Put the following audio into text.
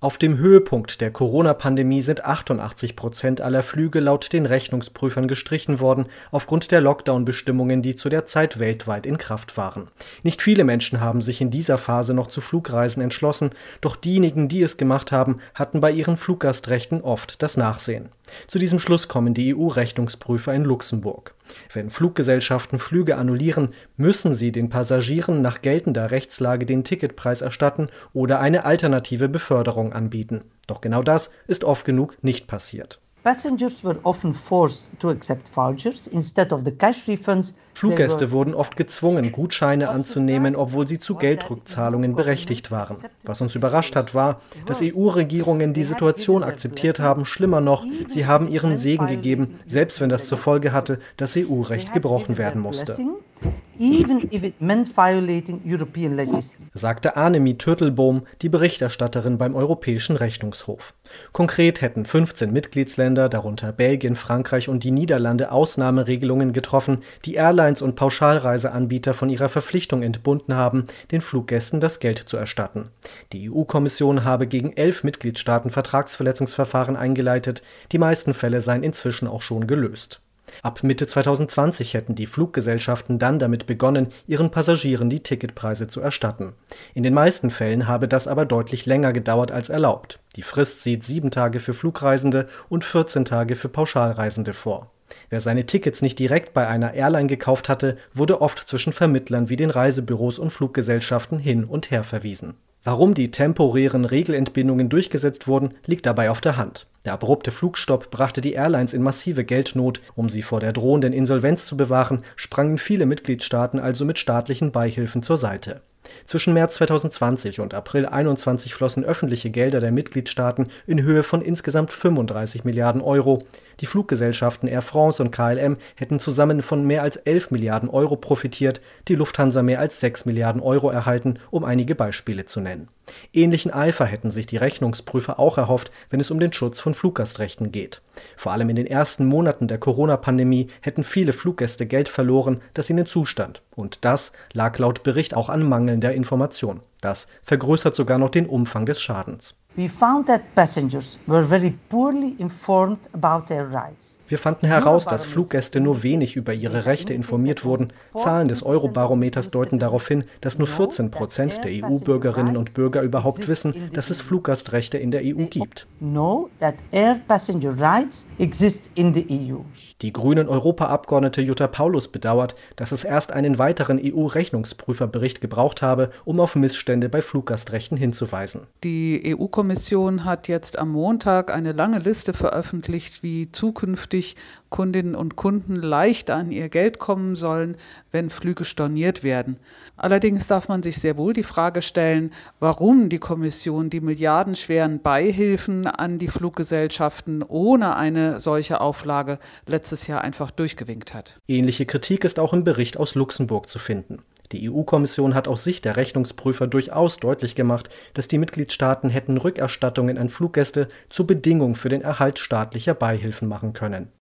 Auf dem Höhepunkt der Corona-Pandemie sind 88% aller Flüge laut den Rechnungsprüfern gestrichen worden, aufgrund der Lockdown-Bestimmungen, die zu der Zeit weltweit in Kraft waren. Nicht viele Menschen haben sich in dieser Phase noch zu Flugreisen entschlossen, doch diejenigen, die es gemacht haben, hatten bei ihren Fluggastrechten oft das Nachsehen. Zu diesem Schluss kommen die EU-Rechnungsprüfer in Luxemburg. Wenn Fluggesellschaften Flüge annullieren, müssen sie den Passagieren nach geltender Rechtslage den Ticketpreis erstatten oder eine alternative Beförderung anbieten. Doch genau das ist oft genug nicht passiert. Passengers were often forced to accept vouchers instead of the cash refunds. Fluggäste wurden oft gezwungen, Gutscheine anzunehmen, obwohl sie zu Geldrückzahlungen berechtigt waren. Was uns überrascht hat, war, dass EU-Regierungen die Situation akzeptiert haben. Schlimmer noch, sie haben ihren Segen gegeben, selbst wenn das zur Folge hatte, dass EU-Recht gebrochen werden musste. Sagte Annemie Turtelboom, die Berichterstatterin beim Europäischen Rechnungshof. Konkret hätten 15 Mitgliedsländer, darunter Belgien, Frankreich und die Niederlande, Ausnahmeregelungen getroffen, die Airlines und Pauschalreiseanbieter von ihrer Verpflichtung entbunden haben, den Fluggästen das Geld zu erstatten. Die EU-Kommission habe gegen 11 Mitgliedstaaten Vertragsverletzungsverfahren eingeleitet, die meisten Fälle seien inzwischen auch schon gelöst. Ab Mitte 2020 hätten die Fluggesellschaften dann damit begonnen, ihren Passagieren die Ticketpreise zu erstatten. In den meisten Fällen habe das aber deutlich länger gedauert als erlaubt. Die Frist sieht 7 Tage für Flugreisende und 14 Tage für Pauschalreisende vor. Wer seine Tickets nicht direkt bei einer Airline gekauft hatte, wurde oft zwischen Vermittlern wie den Reisebüros und Fluggesellschaften hin und her verwiesen. Warum die temporären Regelentbindungen durchgesetzt wurden, liegt dabei auf der Hand. Der abrupte Flugstopp brachte die Airlines in massive Geldnot. Um sie vor der drohenden Insolvenz zu bewahren, sprangen viele Mitgliedstaaten also mit staatlichen Beihilfen zur Seite. Zwischen März 2020 und April 2021 flossen öffentliche Gelder der Mitgliedstaaten in Höhe von insgesamt 35 Milliarden Euro. Die Fluggesellschaften Air France und KLM hätten zusammen von mehr als 11 Milliarden Euro profitiert, die Lufthansa mehr als 6 Milliarden Euro erhalten, um einige Beispiele zu nennen. Ähnlichen Eifer hätten sich die Rechnungsprüfer auch erhofft, wenn es um den Schutz von Fluggastrechten geht. Vor allem in den ersten Monaten der Corona-Pandemie hätten viele Fluggäste Geld verloren, das ihnen zustand. Und das lag laut Bericht auch an mangelnder Information. Das vergrößert sogar noch den Umfang des Schadens. We found that passengers were very poorly informed about their rights. Wir fanden heraus, dass Fluggäste nur wenig über ihre Rechte informiert wurden. Zahlen des Eurobarometers deuten darauf hin, dass nur 14% der EU-Bürgerinnen und Bürger überhaupt wissen, dass es Fluggastrechte in der EU gibt. Die grünen Europaabgeordnete Jutta Paulus bedauert, dass es erst einen weiteren EU-Rechnungsprüferbericht gebraucht habe, um auf Missstände bei Fluggastrechten hinzuweisen. Die EU-Kommission hat jetzt am Montag eine lange Liste veröffentlicht, wie zukünftig Kundinnen und Kunden leicht an ihr Geld kommen sollen, wenn Flüge storniert werden. Allerdings darf man sich sehr wohl die Frage stellen, warum die Kommission die milliardenschweren Beihilfen an die Fluggesellschaften ohne eine solche Auflage letztes Jahr einfach durchgewinkt hat. Ähnliche Kritik ist auch im Bericht aus Luxemburg zu finden. Die EU-Kommission hat aus Sicht der Rechnungsprüfer durchaus deutlich gemacht, dass die Mitgliedstaaten hätten Rückerstattungen an Fluggäste zur Bedingung für den Erhalt staatlicher Beihilfen machen können.